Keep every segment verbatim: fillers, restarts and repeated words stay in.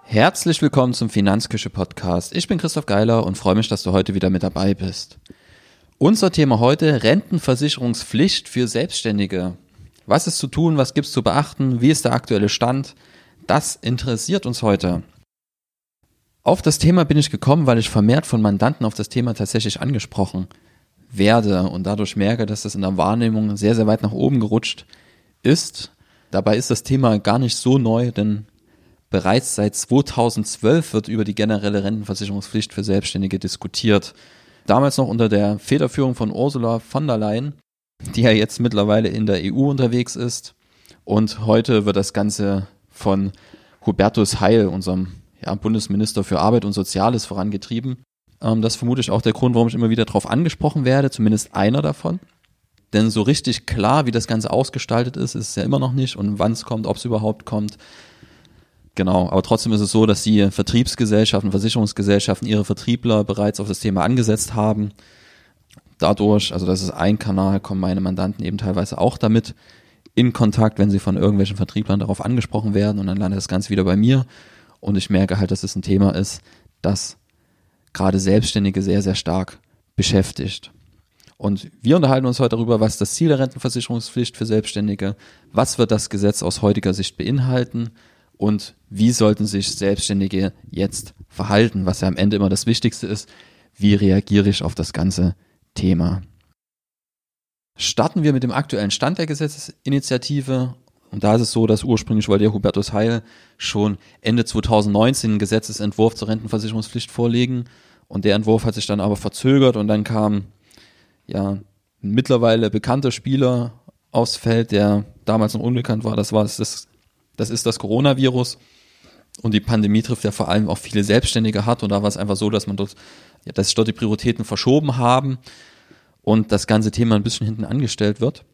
Herzlich willkommen zum Finanzküche-Podcast. Ich bin Christoph Geiler und freue mich, dass du heute wieder mit dabei bist. Unser Thema heute: Rentenversicherungspflicht für Selbstständige. Was ist zu tun, was gibt es zu beachten, wie ist der aktuelle Stand? Das interessiert uns heute. Auf das Thema bin ich gekommen, weil ich vermehrt von Mandanten auf das Thema tatsächlich angesprochen werde und dadurch merke, dass das in der Wahrnehmung sehr, sehr weit nach oben gerutscht ist. Dabei ist das Thema gar nicht so neu, denn bereits seit zweitausendzwölf wird über die generelle Rentenversicherungspflicht für Selbstständige diskutiert. Damals noch unter der Federführung von Ursula von der Leyen, die ja jetzt mittlerweile in der E U unterwegs ist. Und heute wird das Ganze von Hubertus Heil, unserem ja, Bundesminister für Arbeit und Soziales, vorangetrieben. Ähm, das ist vermutlich auch der Grund, warum ich immer wieder darauf angesprochen werde, zumindest einer davon. Denn so richtig klar, wie das Ganze ausgestaltet ist, ist es ja immer noch nicht und wann es kommt, ob es überhaupt kommt. Genau, aber trotzdem ist es so, dass die Vertriebsgesellschaften, Versicherungsgesellschaften ihre Vertriebler bereits auf das Thema angesetzt haben. Dadurch, also das ist ein Kanal, kommen meine Mandanten eben teilweise auch damit in Kontakt, wenn sie von irgendwelchen Vertrieblern darauf angesprochen werden, und dann landet das Ganze wieder bei mir und ich merke halt, dass es ein Thema ist, das gerade Selbstständige sehr, sehr stark beschäftigt. Und wir unterhalten uns heute darüber, was ist das Ziel der Rentenversicherungspflicht für Selbstständige, was wird das Gesetz aus heutiger Sicht beinhalten und wie sollten sich Selbstständige jetzt verhalten, was ja am Ende immer das Wichtigste ist, wie reagiere ich auf das ganze Thema. Starten wir mit dem aktuellen Stand der Gesetzesinitiative. Und da ist es so, dass ursprünglich wollte der Hubertus Heil schon Ende zweitausendneunzehn einen Gesetzesentwurf zur Rentenversicherungspflicht vorlegen. Und der Entwurf hat sich dann aber verzögert und dann kam ja ein mittlerweile bekannter Spieler aufs Feld, der damals noch unbekannt war. Das war das, das Das ist das Coronavirus, und die Pandemie trifft ja vor allem auch viele Selbstständige hart, und da war es einfach so, dass man dort, ja, dass sich dort die Prioritäten verschoben haben und das ganze Thema ein bisschen hinten angestellt wird.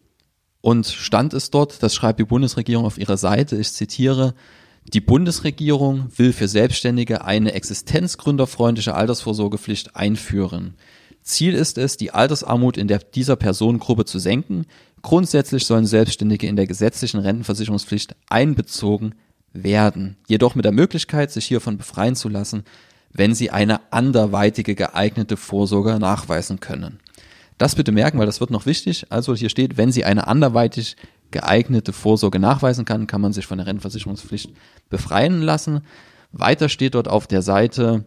Und Stand ist dort, das schreibt die Bundesregierung auf ihrer Seite, ich zitiere: Die Bundesregierung will für Selbstständige eine existenzgründerfreundliche Altersvorsorgepflicht einführen. Ziel ist es, die Altersarmut in der, dieser Personengruppe zu senken. Grundsätzlich sollen Selbstständige in der gesetzlichen Rentenversicherungspflicht einbezogen werden, jedoch mit der Möglichkeit, sich hiervon befreien zu lassen, wenn sie eine anderweitige geeignete Vorsorge nachweisen können. Das bitte merken, weil das wird noch wichtig. Also hier steht, wenn sie eine anderweitig geeignete Vorsorge nachweisen kann, kann man sich von der Rentenversicherungspflicht befreien lassen. Weiter steht dort auf der Seite: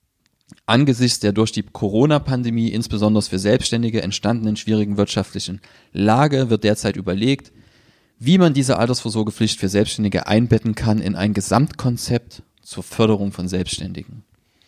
Angesichts der durch die Corona-Pandemie insbesondere für Selbstständige entstandenen schwierigen wirtschaftlichen Lage wird derzeit überlegt, wie man diese Altersvorsorgepflicht für Selbstständige einbetten kann in ein Gesamtkonzept zur Förderung von Selbstständigen.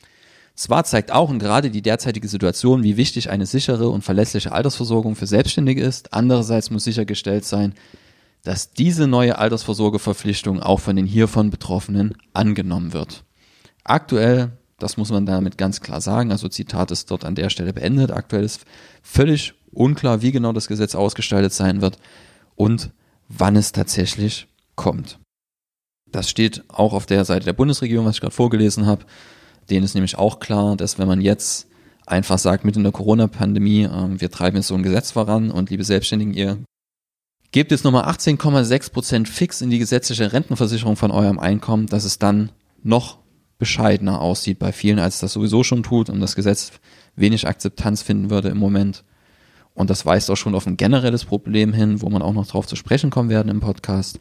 Zwar zeigt auch und gerade die derzeitige Situation, wie wichtig eine sichere und verlässliche Altersversorgung für Selbstständige ist. Andererseits muss sichergestellt sein, dass diese neue Altersvorsorgeverpflichtung auch von den hiervon Betroffenen angenommen wird. Aktuell, das muss man damit ganz klar sagen, also Zitat ist dort an der Stelle beendet, aktuell ist völlig unklar, wie genau das Gesetz ausgestaltet sein wird und wann es tatsächlich kommt. Das steht auch auf der Seite der Bundesregierung, was ich gerade vorgelesen habe. Denen ist nämlich auch klar, dass wenn man jetzt einfach sagt, mit in der Corona-Pandemie, äh, wir treiben jetzt so ein Gesetz voran und liebe Selbstständigen, ihr gebt jetzt nochmal achtzehn Komma sechs Prozent fix in die gesetzliche Rentenversicherung von eurem Einkommen, dass es dann noch bescheidener aussieht bei vielen, als es das sowieso schon tut und das Gesetz wenig Akzeptanz finden würde im Moment. Und das weist auch schon auf ein generelles Problem hin, wo man auch noch drauf zu sprechen kommen werden im Podcast,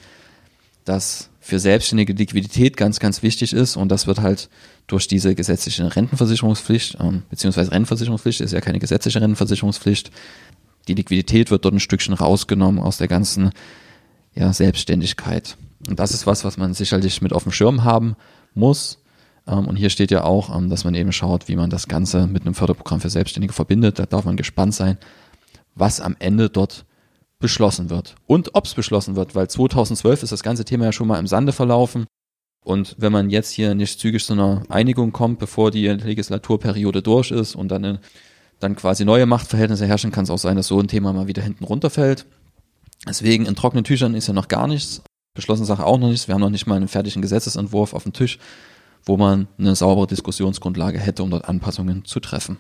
dass für Selbstständige Liquidität ganz, ganz wichtig ist, und das wird halt durch diese gesetzliche Rentenversicherungspflicht, ähm, beziehungsweise Rentenversicherungspflicht ist ja keine gesetzliche Rentenversicherungspflicht, die Liquidität wird dort ein Stückchen rausgenommen aus der ganzen ja, Selbstständigkeit. Und das ist was, was man sicherlich mit auf dem Schirm haben muss. Ähm, und hier steht ja auch, ähm, dass man eben schaut, wie man das Ganze mit einem Förderprogramm für Selbstständige verbindet. Da darf man gespannt sein, was am Ende dort beschlossen wird und ob es beschlossen wird, weil zweitausendzwölf ist das ganze Thema ja schon mal im Sande verlaufen, und wenn man jetzt hier nicht zügig zu einer Einigung kommt, bevor die Legislaturperiode durch ist und dann, dann quasi neue Machtverhältnisse herrschen, kann es auch sein, dass so ein Thema mal wieder hinten runterfällt. Deswegen in trockenen Tüchern ist ja noch gar nichts, beschlossene Sache auch noch nichts, wir haben noch nicht mal einen fertigen Gesetzesentwurf auf dem Tisch, wo man eine saubere Diskussionsgrundlage hätte, um dort Anpassungen zu treffen.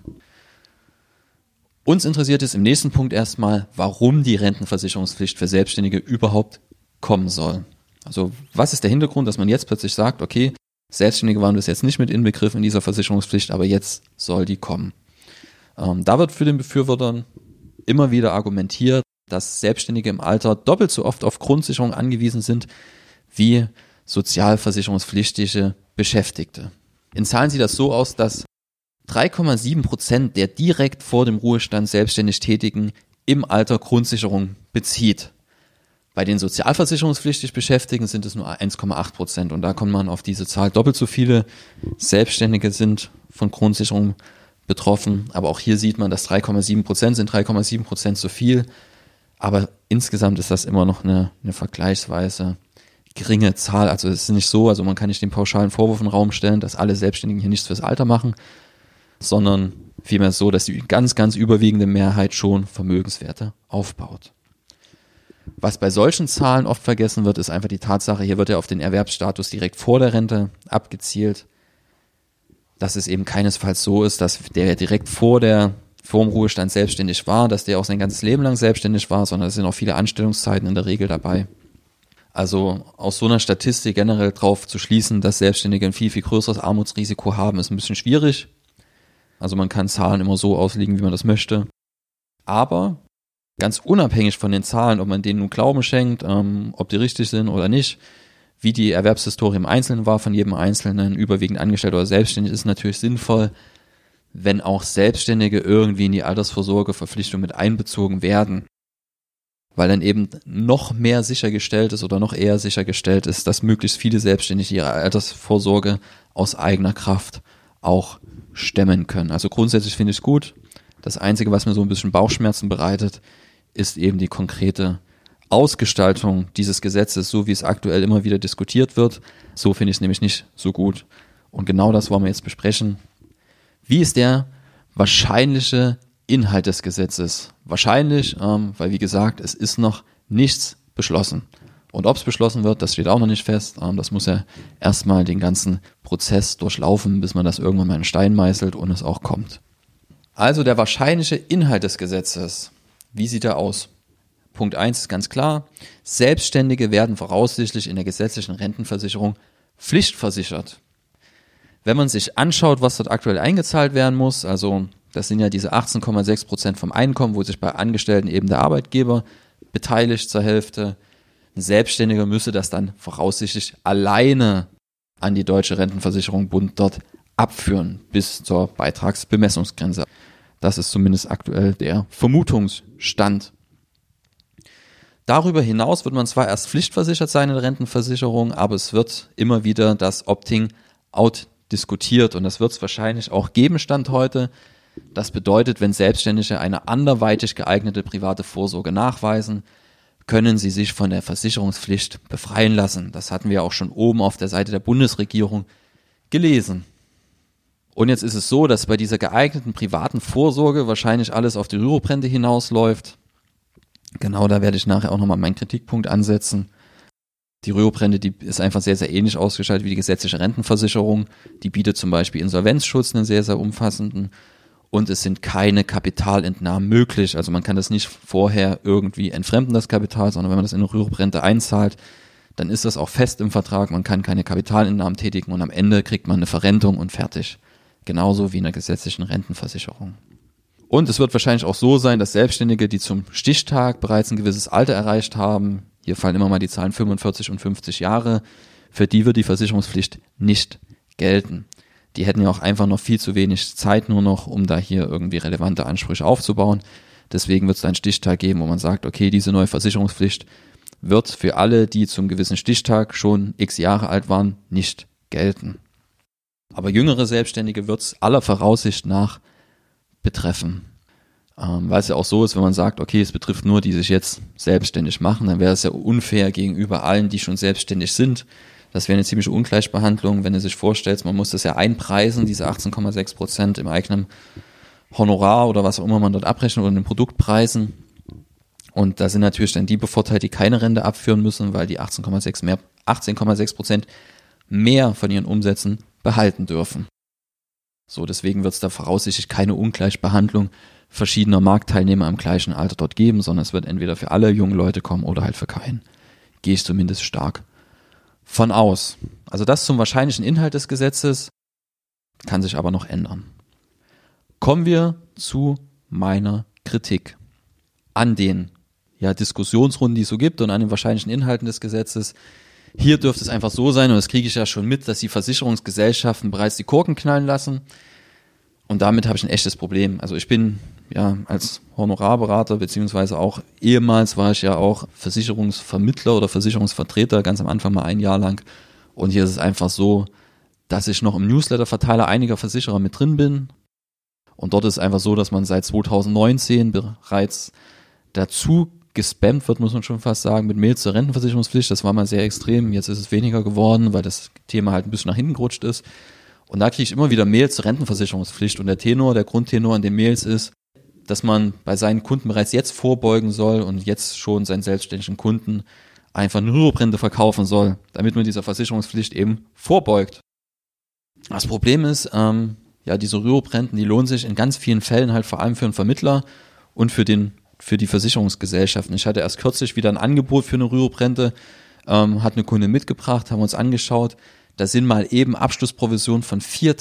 Uns interessiert es im nächsten Punkt erstmal, warum die Rentenversicherungspflicht für Selbstständige überhaupt kommen soll. Also was ist der Hintergrund, dass man jetzt plötzlich sagt, okay, Selbstständige waren bis jetzt nicht mit inbegriffen in dieser Versicherungspflicht, aber jetzt soll die kommen. Ähm, da wird für den Befürwortern immer wieder argumentiert, dass Selbstständige im Alter doppelt so oft auf Grundsicherung angewiesen sind wie sozialversicherungspflichtige Beschäftigte. In Zahlen sieht das so aus, dass drei Komma sieben Prozent der direkt vor dem Ruhestand selbstständig Tätigen im Alter Grundsicherung bezieht. Bei den sozialversicherungspflichtig Beschäftigten sind es nur eins Komma acht Prozent und da kommt man auf diese Zahl. Doppelt so viele Selbstständige sind von Grundsicherung betroffen, aber auch hier sieht man, dass drei Komma sieben Prozent sind, drei Komma sieben Prozent zu viel, aber insgesamt ist das immer noch eine, eine vergleichsweise geringe Zahl. Also es ist nicht so, also man kann nicht den pauschalen Vorwurf in den Raum stellen, dass alle Selbstständigen hier nichts fürs Alter machen, sondern vielmehr so, dass die ganz, ganz überwiegende Mehrheit schon Vermögenswerte aufbaut. Was bei solchen Zahlen oft vergessen wird, ist einfach die Tatsache, hier wird ja auf den Erwerbsstatus direkt vor der Rente abgezielt, dass es eben keinesfalls so ist, dass der direkt vor der vor dem Ruhestand selbstständig war, dass der auch sein ganzes Leben lang selbstständig war, sondern es sind auch viele Anstellungszeiten in der Regel dabei. Also aus so einer Statistik generell drauf zu schließen, dass Selbstständige ein viel, viel größeres Armutsrisiko haben, ist ein bisschen schwierig. Also man kann Zahlen immer so auslegen, wie man das möchte. Aber ganz unabhängig von den Zahlen, ob man denen nun Glauben schenkt, ähm, ob die richtig sind oder nicht, wie die Erwerbshistorie im Einzelnen war von jedem Einzelnen, überwiegend angestellt oder selbstständig, ist natürlich sinnvoll, wenn auch Selbstständige irgendwie in die Altersvorsorgeverpflichtung mit einbezogen werden. Weil dann eben noch mehr sichergestellt ist oder noch eher sichergestellt ist, dass möglichst viele Selbstständige ihre Altersvorsorge aus eigener Kraft auch stemmen können. Also grundsätzlich finde ich es gut. Das Einzige, was mir so ein bisschen Bauchschmerzen bereitet, ist eben die konkrete Ausgestaltung dieses Gesetzes, so wie es aktuell immer wieder diskutiert wird. So finde ich es nämlich nicht so gut. Und genau das wollen wir jetzt besprechen. Wie ist der wahrscheinliche Inhalt des Gesetzes? Wahrscheinlich, ähm, weil wie gesagt, es ist noch nichts beschlossen. Und ob es beschlossen wird, das steht auch noch nicht fest. Ähm, das muss ja erstmal den ganzen Prozess durchlaufen, bis man das irgendwann mal in Stein meißelt und es auch kommt. Also der wahrscheinliche Inhalt des Gesetzes. Wie sieht er aus? Punkt eins ist ganz klar. Selbstständige werden voraussichtlich in der gesetzlichen Rentenversicherung pflichtversichert. Wenn man sich anschaut, was dort aktuell eingezahlt werden muss, also das sind ja diese achtzehn Komma sechs Prozent vom Einkommen, wo sich bei Angestellten eben der Arbeitgeber beteiligt zur Hälfte. Ein Selbstständiger müsse das dann voraussichtlich alleine an die Deutsche Rentenversicherung Bund dort abführen bis zur Beitragsbemessungsgrenze. Das ist zumindest aktuell der Vermutungsstand. Darüber hinaus wird man zwar erst pflichtversichert sein in der Rentenversicherung, aber es wird immer wieder das Opting-out diskutiert und das wird es wahrscheinlich auch geben, Stand heute. Das bedeutet, wenn Selbstständige eine anderweitig geeignete private Vorsorge nachweisen, können sie sich von der Versicherungspflicht befreien lassen. Das hatten wir auch schon oben auf der Seite der Bundesregierung gelesen. Und jetzt ist es so, dass bei dieser geeigneten privaten Vorsorge wahrscheinlich alles auf die Rüruprente hinausläuft. Genau, da werde ich nachher auch nochmal meinen Kritikpunkt ansetzen. Die Rüruprente, die ist einfach sehr, sehr ähnlich ausgestaltet wie die gesetzliche Rentenversicherung. Die bietet zum Beispiel Insolvenzschutz, einen sehr, sehr umfassenden. Und es sind keine Kapitalentnahmen möglich. Also man kann das nicht vorher irgendwie entfremden, das Kapital, sondern wenn man das in eine Rüruprente einzahlt, dann ist das auch fest im Vertrag. Man kann keine Kapitalentnahmen tätigen und am Ende kriegt man eine Verrentung und fertig. Genauso wie in der gesetzlichen Rentenversicherung. Und es wird wahrscheinlich auch so sein, dass Selbstständige, die zum Stichtag bereits ein gewisses Alter erreicht haben, hier fallen immer mal die Zahlen fünfundvierzig und fünfzig Jahre, für die wird die Versicherungspflicht nicht gelten. Die hätten ja auch einfach noch viel zu wenig Zeit nur noch, um da hier irgendwie relevante Ansprüche aufzubauen. Deswegen wird es einen Stichtag geben, wo man sagt, okay, diese neue Versicherungspflicht wird für alle, die zum gewissen Stichtag schon x Jahre alt waren, nicht gelten. Aber jüngere Selbstständige wird es aller Voraussicht nach betreffen. Ähm, weil es ja auch so ist, wenn man sagt, okay, es betrifft nur, die sich jetzt selbstständig machen, dann wäre es ja unfair gegenüber allen, die schon selbstständig sind. Das wäre eine ziemliche Ungleichbehandlung, wenn du sich vorstellst, man muss das ja einpreisen, diese achtzehn Komma sechs Prozent im eigenen Honorar oder was auch immer man dort abrechnet oder in den Produktpreisen. Und da sind natürlich dann die bevorteilt, die keine Rente abführen müssen, weil die achtzehn Komma sechs mehr, achtzehn Komma sechs Prozent mehr von ihren Umsätzen behalten dürfen. So, deswegen wird es da voraussichtlich keine Ungleichbehandlung verschiedener Marktteilnehmer im gleichen Alter dort geben, sondern es wird entweder für alle jungen Leute kommen oder halt für keinen. Gehe ich zumindest stark von aus. Also das zum wahrscheinlichen Inhalt des Gesetzes, kann sich aber noch ändern. Kommen wir zu meiner Kritik an den ja, Diskussionsrunden, die es so gibt und an den wahrscheinlichen Inhalten des Gesetzes. Hier dürfte es einfach so sein, und das kriege ich ja schon mit, dass die Versicherungsgesellschaften bereits die Korken knallen lassen. Und damit habe ich ein echtes Problem. Also ich bin ja als Honorarberater, beziehungsweise auch ehemals war ich ja auch Versicherungsvermittler oder Versicherungsvertreter, ganz am Anfang mal ein Jahr lang. Und hier ist es einfach so, dass ich noch im Newsletter-Verteiler einiger Versicherer mit drin bin. Und dort ist es einfach so, dass man seit zweitausendneunzehn bereits dazu gespammt wird, muss man schon fast sagen, mit Mails zur Rentenversicherungspflicht. Das war mal sehr extrem. Jetzt ist es weniger geworden, weil das Thema halt ein bisschen nach hinten gerutscht ist. Und da kriege ich immer wieder Mails zur Rentenversicherungspflicht. Und der Tenor, der Grundtenor an den Mails ist, dass man bei seinen Kunden bereits jetzt vorbeugen soll und jetzt schon seinen selbstständigen Kunden einfach eine Rüruprente verkaufen soll, damit man dieser Versicherungspflicht eben vorbeugt. Das Problem ist, ähm, ja, diese Rüruprenten, die lohnen sich in ganz vielen Fällen halt vor allem für einen Vermittler und für den für die Versicherungsgesellschaften. Ich hatte erst kürzlich wieder ein Angebot für eine Rüruprente, ähm, hat eine Kunde mitgebracht, haben uns angeschaut. Da sind mal eben Abschlussprovisionen von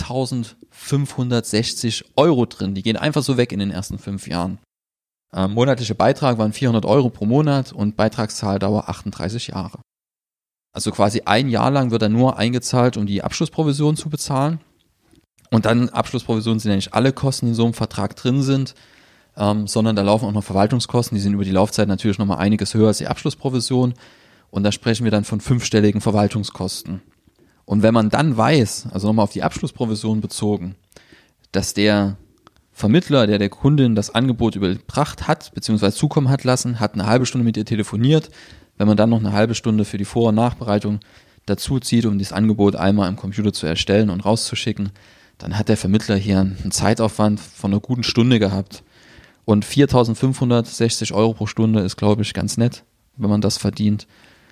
viertausendfünfhundertsechzig Euro drin. Die gehen einfach so weg in den ersten fünf Jahren. Ähm, monatlicher Beitrag waren vierhundert Euro pro Monat und Beitragszahldauer achtunddreißig Jahre. Also quasi ein Jahr lang wird dann nur eingezahlt, um die Abschlussprovision zu bezahlen. Und dann Abschlussprovisionen sind ja nicht alle Kosten, die in so einem Vertrag drin sind, ähm, sondern da laufen auch noch Verwaltungskosten, die sind über die Laufzeit natürlich nochmal einiges höher als die Abschlussprovision. Und da sprechen wir dann von fünfstelligen Verwaltungskosten. Und wenn man dann weiß, also nochmal auf die Abschlussprovision bezogen, dass der Vermittler, der der Kundin das Angebot überbracht hat, beziehungsweise zukommen hat lassen, hat eine halbe Stunde mit ihr telefoniert, wenn man dann noch eine halbe Stunde für die Vor- und Nachbereitung dazu zieht, um dieses Angebot einmal im Computer zu erstellen und rauszuschicken, dann hat der Vermittler hier einen Zeitaufwand von einer guten Stunde gehabt. Und viertausendfünfhundertsechzig Euro pro Stunde ist, glaube ich, ganz nett, wenn man das verdient.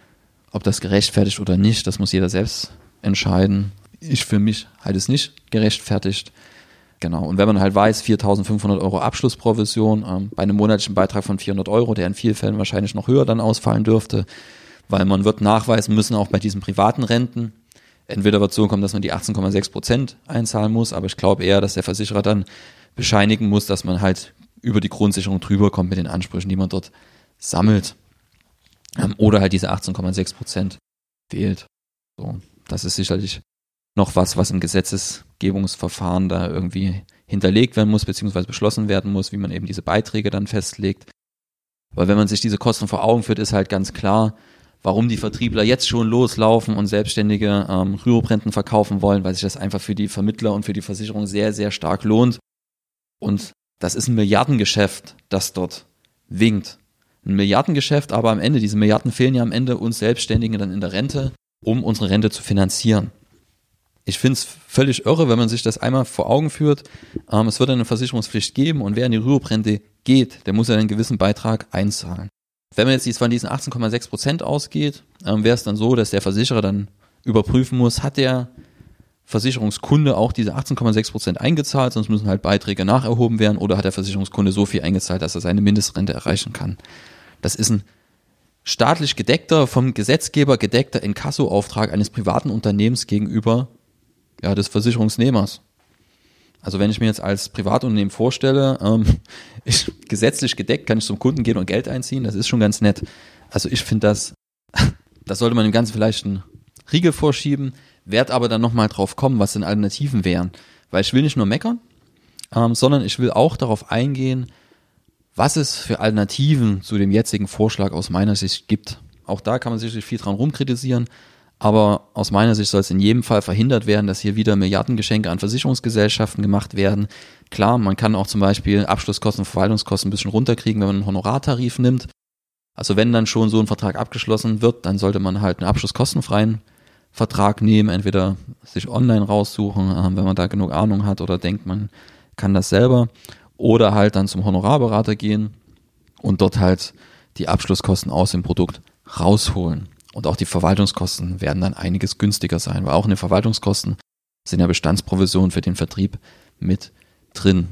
Ob das gerechtfertigt oder nicht, das muss jeder selbst entscheiden. Ich für mich halte es nicht gerechtfertigt. Genau. Und wenn man halt weiß, viertausendfünfhundert Euro Abschlussprovision ähm, bei einem monatlichen Beitrag von vierhundert Euro, der in vielen Fällen wahrscheinlich noch höher dann ausfallen dürfte, weil man wird nachweisen müssen, auch bei diesen privaten Renten, entweder wird es so kommen, dass man die achtzehn Komma sechs Prozent einzahlen muss, aber ich glaube eher, dass der Versicherer dann bescheinigen muss, dass man halt über die Grundsicherung drüber kommt mit den Ansprüchen, die man dort sammelt. Ähm, oder halt diese achtzehn Komma sechs Prozent fehlt. So, das ist sicherlich noch was, was im Gesetzgebungsverfahren da irgendwie hinterlegt werden muss, beziehungsweise beschlossen werden muss, wie man eben diese Beiträge dann festlegt. Weil wenn man sich diese Kosten vor Augen führt, ist halt ganz klar, warum die Vertriebler jetzt schon loslaufen und selbstständige ähm, Rüruprenten verkaufen wollen, weil sich das einfach für die Vermittler und für die Versicherung sehr, sehr stark lohnt. Und das ist ein Milliardengeschäft, das dort winkt. Ein Milliardengeschäft, aber am Ende, diese Milliarden fehlen ja am Ende uns Selbstständigen dann in der Rente, um unsere Rente zu finanzieren. Ich finde es völlig irre, wenn man sich das einmal vor Augen führt. Ähm, es wird eine Versicherungspflicht geben und wer in die Rüruprente geht, der muss ja einen gewissen Beitrag einzahlen. Wenn man jetzt von diesen achtzehn Komma sechs Prozent ausgeht, ähm, wäre es dann so, dass der Versicherer dann überprüfen muss, hat der Versicherungskunde auch diese achtzehn Komma sechs Prozent eingezahlt, sonst müssen halt Beiträge nacherhoben werden, oder hat der Versicherungskunde so viel eingezahlt, dass er seine Mindestrente erreichen kann. Das ist ein staatlich gedeckter, vom Gesetzgeber gedeckter Inkassoauftrag eines privaten Unternehmens gegenüber ja, des Versicherungsnehmers. Also wenn ich mir jetzt als Privatunternehmen vorstelle, ähm, ich, gesetzlich gedeckt kann ich zum Kunden gehen und Geld einziehen, das ist schon ganz nett. Also ich finde das, das sollte man dem Ganzen vielleicht einen Riegel vorschieben, werd aber dann nochmal drauf kommen, was denn Alternativen wären. Weil ich will nicht nur meckern, ähm, sondern ich will auch darauf eingehen, was es für Alternativen zu dem jetzigen Vorschlag aus meiner Sicht gibt. Auch da kann man sicherlich viel dran rumkritisieren, aber aus meiner Sicht soll es in jedem Fall verhindert werden, dass hier wieder Milliardengeschenke an Versicherungsgesellschaften gemacht werden. Klar, man kann auch zum Beispiel Abschlusskosten, Verwaltungskosten ein bisschen runterkriegen, wenn man einen Honorartarif nimmt. Also wenn dann schon so ein Vertrag abgeschlossen wird, dann sollte man halt einen abschlusskostenfreien Vertrag nehmen, entweder sich online raussuchen, wenn man da genug Ahnung hat oder denkt, man kann das selber, oder halt dann zum Honorarberater gehen und dort halt die Abschlusskosten aus dem Produkt rausholen. Und auch die Verwaltungskosten werden dann einiges günstiger sein, weil auch in den Verwaltungskosten sind ja Bestandsprovisionen für den Vertrieb mit drin.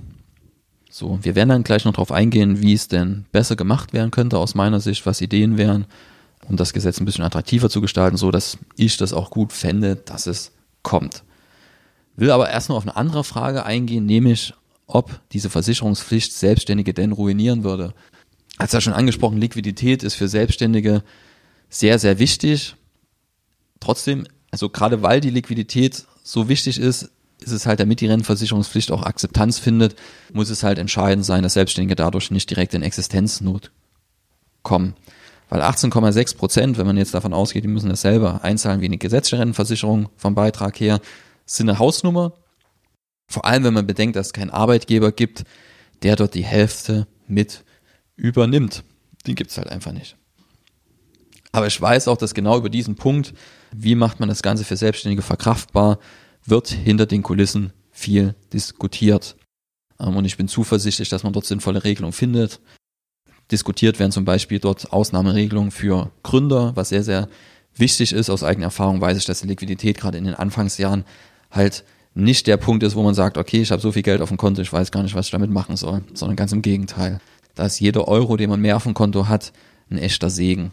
So, wir werden dann gleich noch darauf eingehen, wie es denn besser gemacht werden könnte aus meiner Sicht, was Ideen wären. um das Gesetz ein bisschen attraktiver zu gestalten, so dass ich das auch gut fände, dass es kommt. Will aber erst noch auf eine andere Frage eingehen, nämlich ob diese Versicherungspflicht Selbstständige denn ruinieren würde. Als ja schon angesprochen, Liquidität ist für Selbstständige sehr, sehr wichtig. Trotzdem, also gerade weil die Liquidität so wichtig ist, ist es halt, damit die Rentenversicherungspflicht auch Akzeptanz findet, muss es halt entscheidend sein, dass Selbstständige dadurch nicht direkt in Existenznot kommen. Weil achtzehn Komma sechs Prozent, wenn man jetzt davon ausgeht, die müssen das selber einzahlen wie eine gesetzliche Rentenversicherung vom Beitrag her, sind eine Hausnummer. Vor allem, wenn man bedenkt, dass es keinen Arbeitgeber gibt, der dort die Hälfte mit übernimmt. Den gibt es halt einfach nicht. Aber ich weiß auch, dass genau über diesen Punkt, wie macht man das Ganze für Selbstständige verkraftbar, wird hinter den Kulissen viel diskutiert. Und ich bin zuversichtlich, dass man dort sinnvolle Regelungen findet. Diskutiert werden zum Beispiel dort Ausnahmeregelungen für Gründer, was sehr, sehr wichtig ist. Aus eigener Erfahrung weiß ich, dass die Liquidität gerade in den Anfangsjahren halt nicht der Punkt ist, wo man sagt, okay, ich habe so viel Geld auf dem Konto, ich weiß gar nicht, was ich damit machen soll, sondern ganz im Gegenteil. Da ist jeder Euro, den man mehr auf dem Konto hat, ein echter Segen.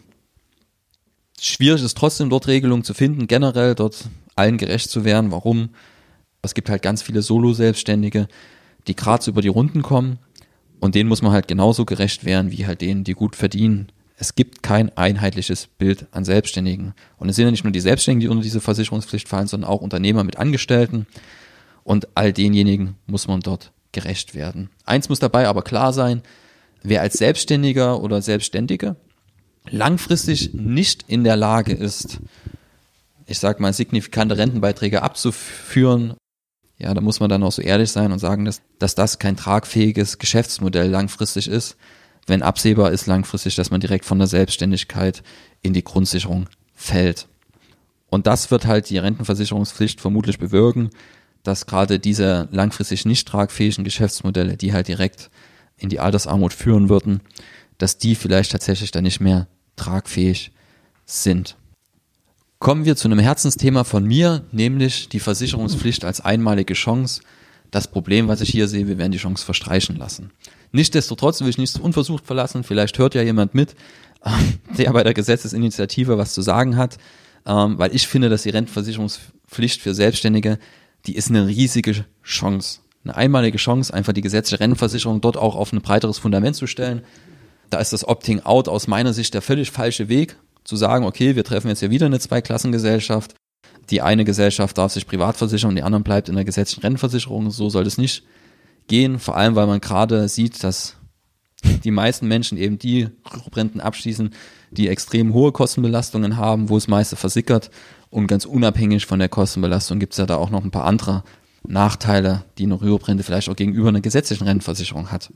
Schwierig ist trotzdem, dort Regelungen zu finden, generell dort allen gerecht zu werden. Warum? Es gibt halt ganz viele Solo-Selbstständige, die gerade so über die Runden kommen und denen muss man halt genauso gerecht werden, wie halt denen, die gut verdienen. Es gibt kein einheitliches Bild an Selbstständigen. Und es sind ja nicht nur die Selbstständigen, die unter diese Versicherungspflicht fallen, sondern auch Unternehmer mit Angestellten. Und all denjenigen muss man dort gerecht werden. Eins muss dabei aber klar sein, wer als Selbstständiger oder Selbstständige langfristig nicht in der Lage ist, ich sag mal, signifikante Rentenbeiträge abzuführen, ja, da muss man dann auch so ehrlich sein und sagen, dass, dass das kein tragfähiges Geschäftsmodell langfristig ist, wenn absehbar ist langfristig, dass man direkt von der Selbstständigkeit in die Grundsicherung fällt. Und das wird halt die Rentenversicherungspflicht vermutlich bewirken, dass gerade diese langfristig nicht tragfähigen Geschäftsmodelle, die halt direkt in die Altersarmut führen würden, dass die vielleicht tatsächlich dann nicht mehr tragfähig sind. Kommen wir zu einem Herzensthema von mir, nämlich die Versicherungspflicht als einmalige Chance. Das Problem, was ich hier sehe, wir werden die Chance verstreichen lassen. Nichtsdestotrotz will ich nichts unversucht verlassen. Vielleicht hört ja jemand mit, der bei der Gesetzesinitiative was zu sagen hat, weil ich finde, dass die Rentenversicherungspflicht für Selbstständige, die ist eine riesige Chance. Eine einmalige Chance, einfach die gesetzliche Rentenversicherung dort auch auf ein breiteres Fundament zu stellen. Da ist das Opting-out aus meiner Sicht der völlig falsche Weg, zu sagen, okay, wir treffen jetzt hier wieder eine Zweiklassengesellschaft. Die eine Gesellschaft darf sich privat versichern und die andere bleibt in der gesetzlichen Rentenversicherung. So soll es nicht gehen, vor allem, weil man gerade sieht, dass die meisten Menschen eben die Renten abschließen, die extrem hohe Kostenbelastungen haben, wo es meiste versickert. Und ganz unabhängig von der Kostenbelastung gibt es ja da auch noch ein paar andere Nachteile, die eine Rüruprente vielleicht auch gegenüber einer gesetzlichen Rentenversicherung hat.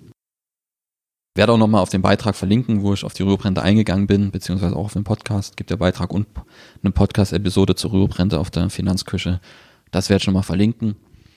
Ich werde auch nochmal auf den Beitrag verlinken, wo ich auf die Rüruprente eingegangen bin, beziehungsweise auch auf den Podcast. Es gibt ja Beitrag und eine Podcast-Episode zur Rüruprente auf der Finanzküche. Das werde ich nochmal verlinken.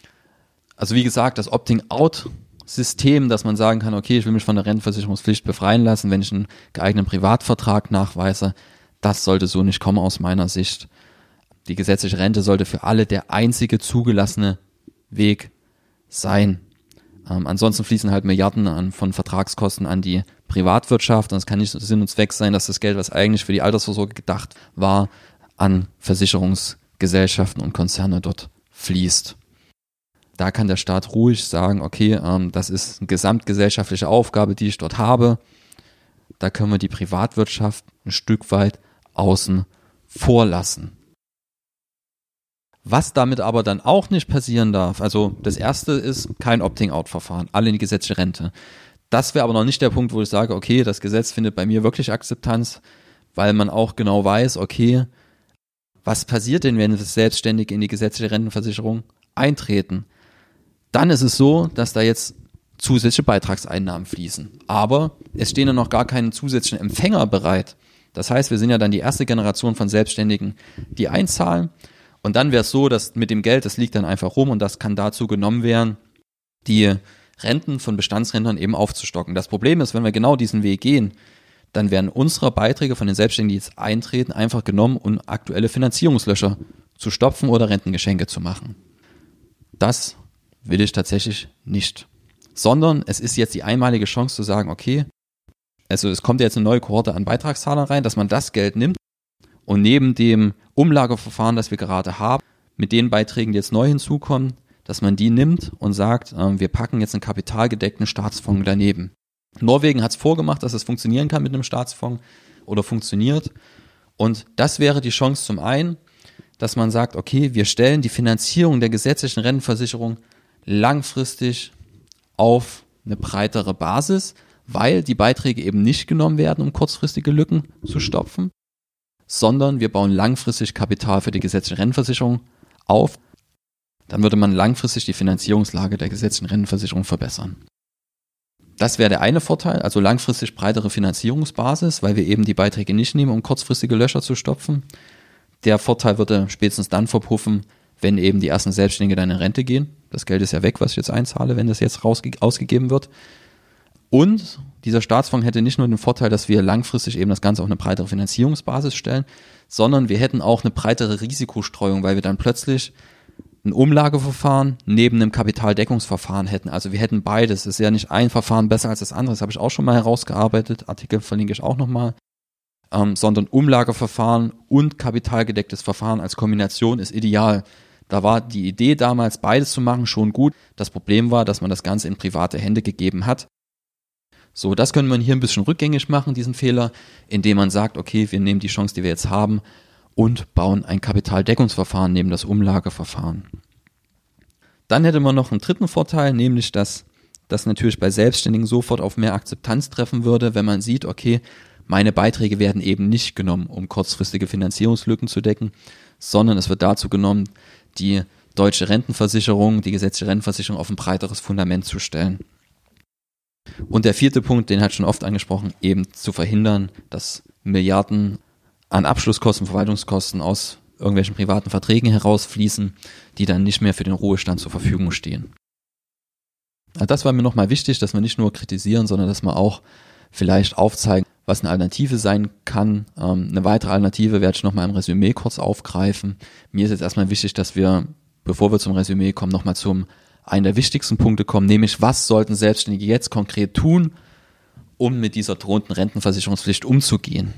Also wie gesagt, das Opting-out-System, dass man sagen kann, okay, ich will mich von der Rentenversicherungspflicht befreien lassen, wenn ich einen geeigneten Privatvertrag nachweise, das sollte so nicht kommen aus meiner Sicht. Die gesetzliche Rente sollte für alle der einzige zugelassene Weg sein. Ähm, ansonsten fließen halt Milliarden an, von Vertragskosten an die Privatwirtschaft und es kann nicht Sinn und Zweck sein, dass das Geld, was eigentlich für die Altersvorsorge gedacht war, an Versicherungsgesellschaften und Konzerne dort fließt. Da kann der Staat ruhig sagen, okay, ähm, das ist eine gesamtgesellschaftliche Aufgabe, die ich dort habe. Da können wir die Privatwirtschaft ein Stück weit außen vor lassen. Was damit aber dann auch nicht passieren darf, also das erste ist kein Opting-out-Verfahren, alle in die gesetzliche Rente. Das wäre aber noch nicht der Punkt, wo ich sage, okay, das Gesetz findet bei mir wirklich Akzeptanz, weil man auch genau weiß, okay, was passiert denn, wenn wir selbstständig in die gesetzliche Rentenversicherung eintreten? Dann ist es so, dass da jetzt zusätzliche Beitragseinnahmen fließen. Aber es stehen ja noch gar keine zusätzlichen Empfänger bereit. Das heißt, wir sind ja dann die erste Generation von Selbstständigen, die einzahlen. Und dann wäre es so, dass mit dem Geld, das liegt dann einfach rum und das kann dazu genommen werden, die Renten von Bestandsrentnern eben aufzustocken. Das Problem ist, wenn wir genau diesen Weg gehen, dann werden unsere Beiträge von den Selbstständigen, die jetzt eintreten, einfach genommen, um aktuelle Finanzierungslöcher zu stopfen oder Rentengeschenke zu machen. Das will ich tatsächlich nicht. Sondern es ist jetzt die einmalige Chance zu sagen, okay, also es kommt jetzt eine neue Kohorte an Beitragszahlern rein, dass man das Geld nimmt und neben dem Umlageverfahren, das wir gerade haben, mit den Beiträgen, die jetzt neu hinzukommen, dass man die nimmt und sagt, äh, wir packen jetzt einen kapitalgedeckten Staatsfonds daneben. Norwegen hat es vorgemacht, dass es funktionieren kann mit einem Staatsfonds oder funktioniert. Und das wäre die Chance zum einen, dass man sagt, okay, wir stellen die Finanzierung der gesetzlichen Rentenversicherung langfristig auf eine breitere Basis, weil die Beiträge eben nicht genommen werden, um kurzfristige Lücken zu stopfen, sondern wir bauen langfristig Kapital für die gesetzliche Rentenversicherung auf. Dann würde man langfristig die Finanzierungslage der gesetzlichen Rentenversicherung verbessern. Das wäre der eine Vorteil, also langfristig breitere Finanzierungsbasis, weil wir eben die Beiträge nicht nehmen, um kurzfristige Löcher zu stopfen. Der Vorteil würde spätestens dann verpuffen, wenn eben die ersten Selbstständige dann in Rente gehen. Das Geld ist ja weg, was ich jetzt einzahle, wenn das jetzt rausge- ausgegeben wird. Und dieser Staatsfonds hätte nicht nur den Vorteil, dass wir langfristig eben das Ganze auf eine breitere Finanzierungsbasis stellen, sondern wir hätten auch eine breitere Risikostreuung, weil wir dann plötzlich ein Umlageverfahren neben einem Kapitaldeckungsverfahren hätten. Also wir hätten beides. Es ist ja nicht ein Verfahren besser als das andere. Das habe ich auch schon mal herausgearbeitet. Artikel verlinke ich auch nochmal. Ähm, sondern Umlageverfahren und kapitalgedecktes Verfahren als Kombination ist ideal. Da war die Idee damals, beides zu machen, schon gut. Das Problem war, dass man das Ganze in private Hände gegeben hat. So, das können wir hier ein bisschen rückgängig machen, diesen Fehler, indem man sagt, okay, wir nehmen die Chance, die wir jetzt haben, und bauen ein Kapitaldeckungsverfahren neben das Umlageverfahren. Dann hätte man noch einen dritten Vorteil, nämlich dass das natürlich bei Selbstständigen sofort auf mehr Akzeptanz treffen würde, wenn man sieht, okay, meine Beiträge werden eben nicht genommen, um kurzfristige Finanzierungslücken zu decken, sondern es wird dazu genommen, die deutsche Rentenversicherung, die gesetzliche Rentenversicherung auf ein breiteres Fundament zu stellen. Und der vierte Punkt, den hat schon oft angesprochen, eben zu verhindern, dass Milliarden an Abschlusskosten, Verwaltungskosten aus irgendwelchen privaten Verträgen herausfließen, die dann nicht mehr für den Ruhestand zur Verfügung stehen. Also das war mir nochmal wichtig, dass wir nicht nur kritisieren, sondern dass wir auch vielleicht aufzeigen, was eine Alternative sein kann. Ähm, eine weitere Alternative werde ich nochmal im Resümee kurz aufgreifen. Mir ist jetzt erstmal wichtig, dass wir, bevor wir zum Resümee kommen, nochmal zum einen der wichtigsten Punkte kommen, nämlich was sollten Selbstständige jetzt konkret tun, um mit dieser drohenden Rentenversicherungspflicht umzugehen.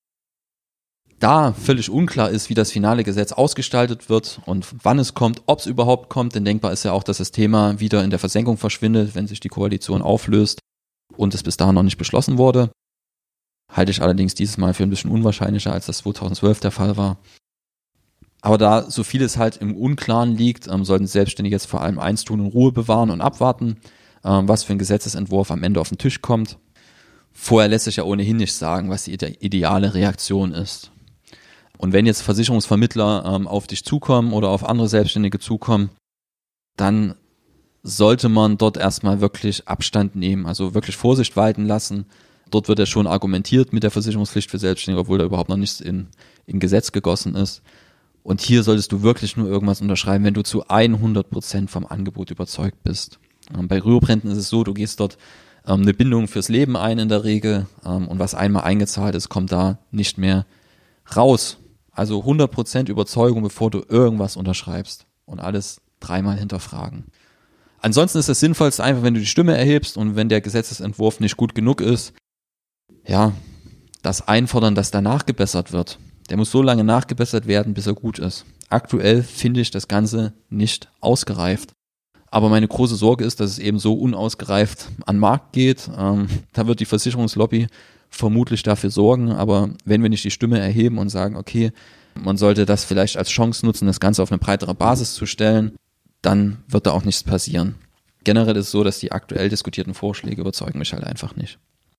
Da völlig unklar ist, wie das finale Gesetz ausgestaltet wird und wann es kommt, ob es überhaupt kommt, denn denkbar ist ja auch, dass das Thema wieder in der Versenkung verschwindet, wenn sich die Koalition auflöst und es bis dahin noch nicht beschlossen wurde. Halte ich allerdings dieses Mal für ein bisschen unwahrscheinlicher, als das zweitausendzwölf der Fall war. Aber da so vieles halt im Unklaren liegt, ähm, sollten Selbstständige jetzt vor allem eins tun und Ruhe bewahren und abwarten, ähm, was für ein Gesetzesentwurf am Ende auf den Tisch kommt. Vorher lässt sich ja ohnehin nicht sagen, was die ideale Reaktion ist. Und wenn jetzt Versicherungsvermittler ähm, auf dich zukommen oder auf andere Selbstständige zukommen, dann sollte man dort erstmal wirklich Abstand nehmen, also wirklich Vorsicht walten lassen. Dort wird ja schon argumentiert mit der Versicherungspflicht für Selbstständige, obwohl da überhaupt noch nichts in, in Gesetz gegossen ist. Und hier solltest du wirklich nur irgendwas unterschreiben, wenn du zu hundert Prozent vom Angebot überzeugt bist. Ähm, bei Rüruprenten ist es so, du gehst dort ähm, eine Bindung fürs Leben ein in der Regel ähm, und was einmal eingezahlt ist, kommt da nicht mehr raus. Also hundert Prozent Überzeugung, bevor du irgendwas unterschreibst und alles dreimal hinterfragen. Ansonsten ist das Sinnvollste einfach, wenn du die Stimme erhebst und wenn der Gesetzesentwurf nicht gut genug ist, ja, das einfordern, dass da nachgebessert wird. Der muss so lange nachgebessert werden, bis er gut ist. Aktuell finde ich das Ganze nicht ausgereift. Aber meine große Sorge ist, dass es eben so unausgereift an den Markt geht. Ähm, da wird die Versicherungslobby vermutlich dafür sorgen, aber wenn wir nicht die Stimme erheben und sagen, okay, man sollte das vielleicht als Chance nutzen, das Ganze auf eine breitere Basis zu stellen, dann wird da auch nichts passieren. Generell ist es so, dass die aktuell diskutierten Vorschläge überzeugen mich halt einfach nicht.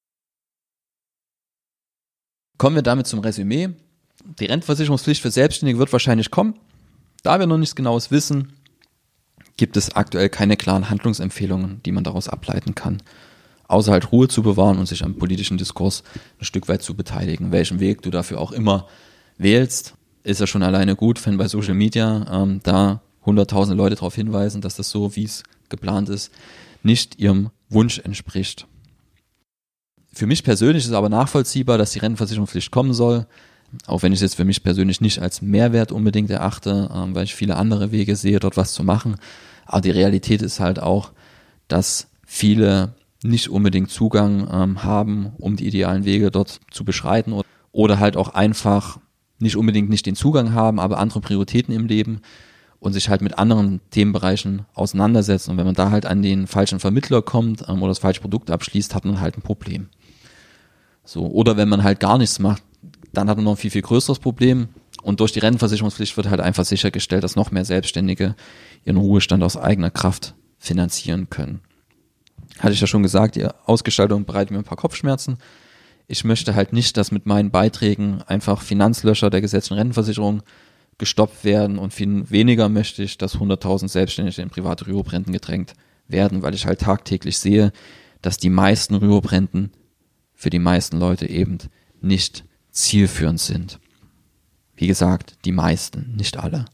Kommen wir damit zum Resümee. Die Rentenversicherungspflicht für Selbstständige wird wahrscheinlich kommen. Da wir noch nichts Genaues wissen, gibt es aktuell keine klaren Handlungsempfehlungen, die man daraus ableiten kann. Außer halt Ruhe zu bewahren und sich am politischen Diskurs ein Stück weit zu beteiligen. Welchen Weg du dafür auch immer wählst, ist ja schon alleine gut, wenn bei Social Media ähm, da hunderttausende Leute darauf hinweisen, dass das so, wie es geplant ist, nicht ihrem Wunsch entspricht. Für mich persönlich ist es aber nachvollziehbar, dass die Rentenversicherungspflicht kommen soll, auch wenn ich es jetzt für mich persönlich nicht als Mehrwert unbedingt erachte, ähm, weil ich viele andere Wege sehe, dort was zu machen. Aber die Realität ist halt auch, dass viele nicht unbedingt Zugang ähm, haben, um die idealen Wege dort zu beschreiten oder, oder halt auch einfach nicht unbedingt nicht den Zugang haben, aber andere Prioritäten im Leben und sich halt mit anderen Themenbereichen auseinandersetzen. Und wenn man da halt an den falschen Vermittler kommt ähm, oder das falsche Produkt abschließt, hat man halt ein Problem. So, oder wenn man halt gar nichts macht, dann hat man noch ein viel, viel größeres Problem. Und durch die Rentenversicherungspflicht wird halt einfach sichergestellt, dass noch mehr Selbstständige ihren Ruhestand aus eigener Kraft finanzieren können. Hatte ich ja schon gesagt, die Ausgestaltung bereitet mir ein paar Kopfschmerzen. Ich möchte halt nicht, dass mit meinen Beiträgen einfach Finanzlöscher der gesetzlichen Rentenversicherung gestoppt werden und viel weniger möchte ich, dass hunderttausend Selbstständige in private Rürup-Renten gedrängt werden, weil ich halt tagtäglich sehe, dass die meisten Rürup-Renten für die meisten Leute eben nicht zielführend sind. Wie gesagt, die meisten, nicht alle.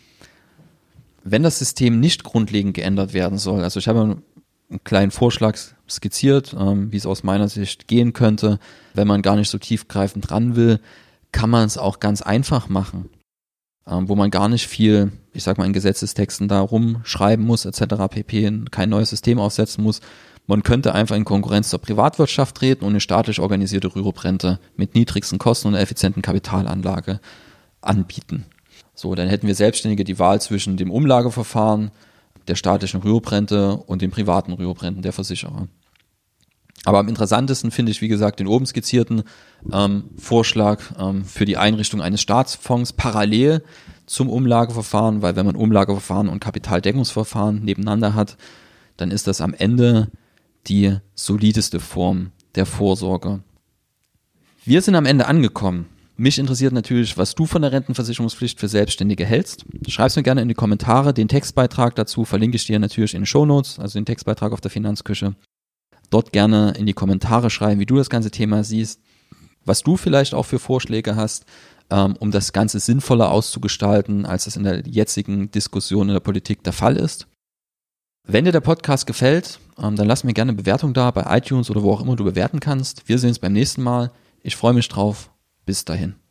Wenn das System nicht grundlegend geändert werden soll, also ich habe einen kleinen Vorschlag skizziert, ähm, wie es aus meiner Sicht gehen könnte, wenn man gar nicht so tiefgreifend ran will, kann man es auch ganz einfach machen. Ähm, wo man gar nicht viel, ich sag mal in Gesetzestexten da rumschreiben muss, et cetera pp, kein neues System aufsetzen muss. Man könnte einfach in Konkurrenz zur Privatwirtschaft treten und eine staatlich organisierte Rürup-Rente mit niedrigsten Kosten und einer effizienten Kapitalanlage anbieten. So, dann hätten wir Selbstständige die Wahl zwischen dem Umlageverfahren, der staatlichen Rürup-Rente und den privaten Rürup-Renten der Versicherer. Aber am interessantesten finde ich, wie gesagt, den oben skizzierten ähm, Vorschlag ähm, für die Einrichtung eines Staatsfonds parallel zum Umlageverfahren, weil wenn man Umlageverfahren und Kapitaldeckungsverfahren nebeneinander hat, dann ist das am Ende die solideste Form der Vorsorge. Wir sind am Ende angekommen. Mich interessiert natürlich, was du von der Rentenversicherungspflicht für Selbstständige hältst. Schreib's mir gerne in die Kommentare. Den Textbeitrag dazu verlinke ich dir natürlich in den Shownotes, also den Textbeitrag auf der Finanzküche. Dort gerne in die Kommentare schreiben, wie du das ganze Thema siehst, was du vielleicht auch für Vorschläge hast, ähm, um das Ganze sinnvoller auszugestalten, als es in der jetzigen Diskussion in der Politik der Fall ist. Wenn dir der Podcast gefällt, ähm, dann lass mir gerne eine Bewertung da bei iTunes oder wo auch immer du bewerten kannst. Wir sehen uns beim nächsten Mal. Ich freue mich drauf. Bis dahin.